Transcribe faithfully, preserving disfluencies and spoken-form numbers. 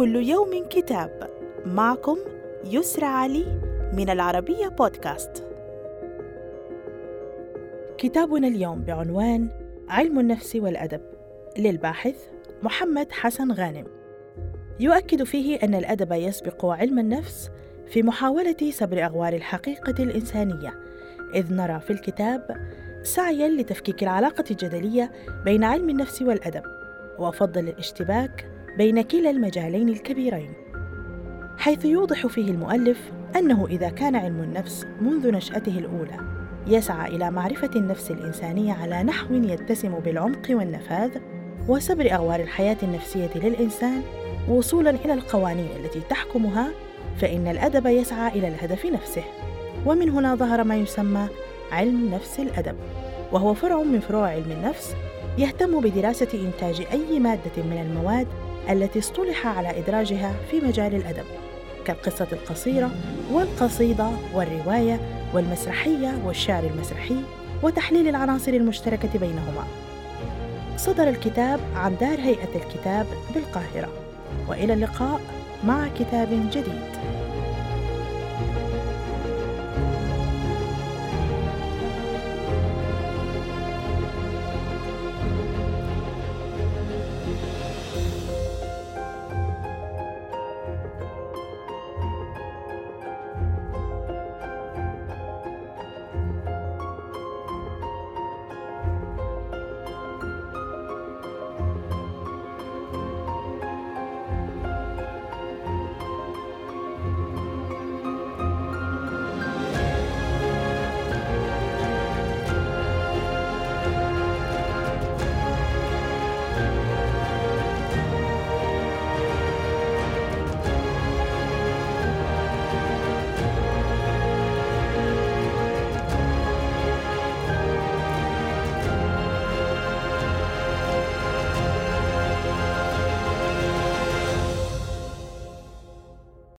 كل يوم كتاب. معكم يسرى علي من العربية بودكاست. كتابنا اليوم بعنوان علم النفس والأدب للباحث محمد حسن غانم، يؤكد فيه أن الأدب يسبق علم النفس في محاولة سبر أغوار الحقيقة الإنسانية، إذ نرى في الكتاب سعياً لتفكيك العلاقة الجدلية بين علم النفس والأدب، وفضل الاشتباك بين كلا المجالين الكبيرين، حيث يوضح فيه المؤلف أنه إذا كان علم النفس منذ نشأته الأولى يسعى إلى معرفة النفس الإنسانية على نحو يتسم بالعمق والنفاذ وسبر أغوار الحياة النفسية للإنسان وصولاً إلى القوانين التي تحكمها، فإن الأدب يسعى إلى الهدف نفسه. ومن هنا ظهر ما يسمى علم نفس الأدب، وهو فرع من فروع علم النفس يهتم بدراسة إنتاج أي مادة من المواد التي اصطلح على إدراجها في مجال الأدب، كالقصة القصيرة والقصيدة والرواية والمسرحية والشعر المسرحي، وتحليل العناصر المشتركة بينهما. صدر الكتاب عن دار هيئة الكتاب بالقاهرة، وإلى اللقاء مع كتاب جديد.